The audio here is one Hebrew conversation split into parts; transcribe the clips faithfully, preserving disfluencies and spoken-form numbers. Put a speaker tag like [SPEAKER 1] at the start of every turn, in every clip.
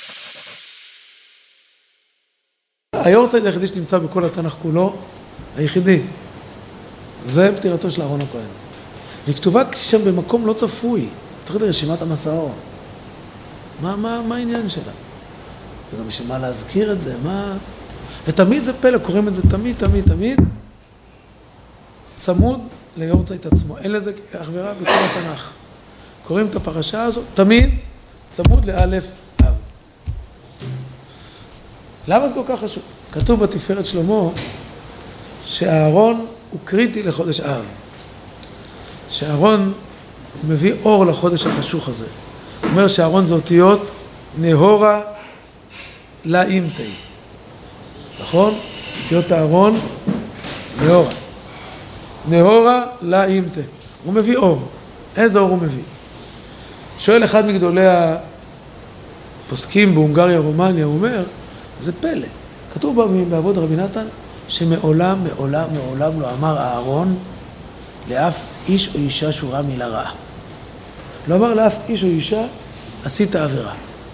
[SPEAKER 1] היורצייט היחידי שנמצא בכל התנ"ך כולו, היחידי, זה פטירתו של אהרון הכהן. והיא כתובה שם במקום לא צפוי, תחילת רשימת המסעות. מה, מה, מה העניין שלה? וגם בשביל מה להזכיר את זה, מה... ותמיד זה פלא, קוראים את זה תמיד, תמיד, תמיד, צמוד ליורצייט עצמו. אין לזה אך ורע בכל התנ"ך. קוראים את הפרשה הזאת, תמיד צמוד לאלף אב. למה זה כל כך חשוב? כתוב בתפארת שלמה שאהרון הוא קריטי לחודש אב. שאהרון מביא אור לחודש החשוך הזה. הוא אומר שאהרון זה אותיות נהורה לאימתי. נכון? אותיות אהרון נהורה. נהורה לאימתי. הוא מביא אור. איזה אור הוא מביא? שואל אחד מגדולי הפוסקים בהונגריה, רומניה, הוא אומר, זה פלא. כתוב בעבוד רבי נתן, שמעולם, מעולם, מעולם לא אמר אהרון לאף איש או אישה שורה מילה רעה. לא אמר לאף איש או אישה, עשית עבירה.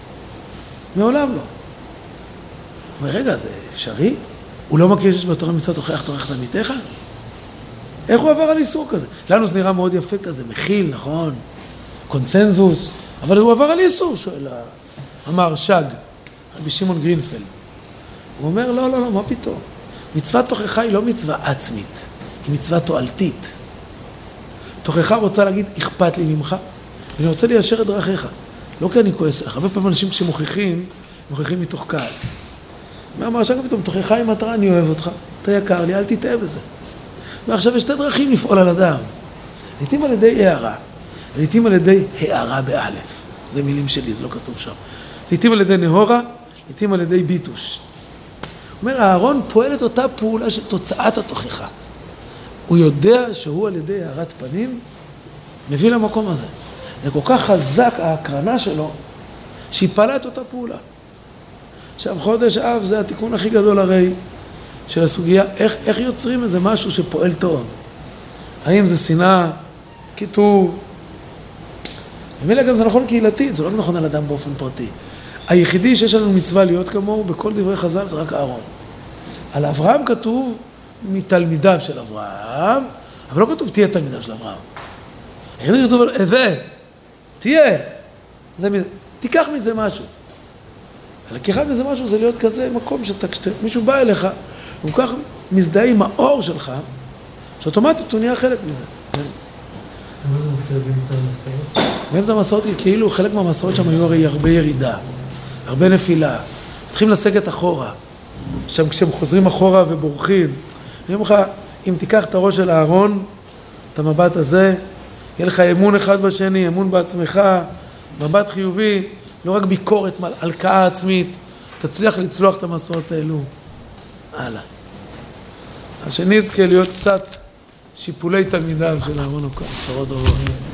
[SPEAKER 1] מעולם לא. הוא אומר, רגע, זה אפשרי? הוא לא מכיר שיש בתורה מצוות תוכיח תורך תלמידיך? איך הוא עבר על איסור כזה? לנו זה נראה מאוד יפה כזה, מכיל, נכון? קונצנזוס, אבל הוא עבר על איסור, שואל המהרש"ג, רבי שמעון גרינפלד. הוא אומר, לא, לא, לא, מה פתאום? מצוות תוכחה היא לא מצווה עצמית, היא מצווה תועלתית. תוכחה רוצה להגיד, אכפת לי ממך, ואני רוצה ליישר את דרכיך. לא כי אני כועס לך. הרבה פעמים אנשים כשמוכיחים, מוכיחים מתוך כעס. מה המהרש"ג פתאום? תוכחה היא מטרה, אני אוהב אותך, אתה יקר לי, אל תטעה בזה. ועכשיו יש שתי דרכים לפעול על אדם. לעתים על ידי הערה, לעתים על ידי הערה באלף. זה מילים שלי, זה לא כתוב שם. לעתים על ידי נהורה, לעתים על ידי ביטוש. הוא אומר, אהרון פועל את אותה פעולה של תוצאת התוכחה. הוא יודע שהוא על ידי הערת פנים מביא למקום הזה. זה כל כך חזק ההקרנה שלו, שהיא פעלה את אותה פעולה. עכשיו, חודש אב זה התיקון הכי גדול הרי של הסוגיה, איך, איך יוצרים איזה משהו שפועל טוב? האם זה שנאה, כיתוב? במילה גם זה נכון קהילתית, זה לא נכון על אדם באופן פרטי. היחידי שיש לנו מצווה להיות כמוהו בכל דברי חז"ל זה רק אהרון. על אברהם כתוב מתלמידיו של אברהם, אבל לא כתוב תהיה תלמידיו של אברהם. היחידי כתוב, הווה, תהיה. זה, תיקח מזה משהו. הלקיחה מזה משהו זה להיות כזה מקום שמישהו בא אליך, הוא כך מזדהה עם האור שלך, שאוטומטית הוא נהיה חלק מזה.
[SPEAKER 2] מה זה מופיע באמצע המסעות?
[SPEAKER 1] באמצע המסעות, כאילו חלק מהמסעות שם היו הרי הרבה ירידה, הרבה נפילה. מתחילים לסגת אחורה. שם כשהם חוזרים אחורה ובורחים, אני אומר לך, אם תיקח את הראש של אהרון, את המבט הזה, יהיה לך אמון אחד בשני, אמון בעצמך, מבט חיובי, לא רק ביקורת, הלקאה עצמית, תצליח לצלוח את המסעות האלו. הלאה. השני יזכה להיות קצת שיפולי תלמידיו של אהרון הכהן, בשורות טובות.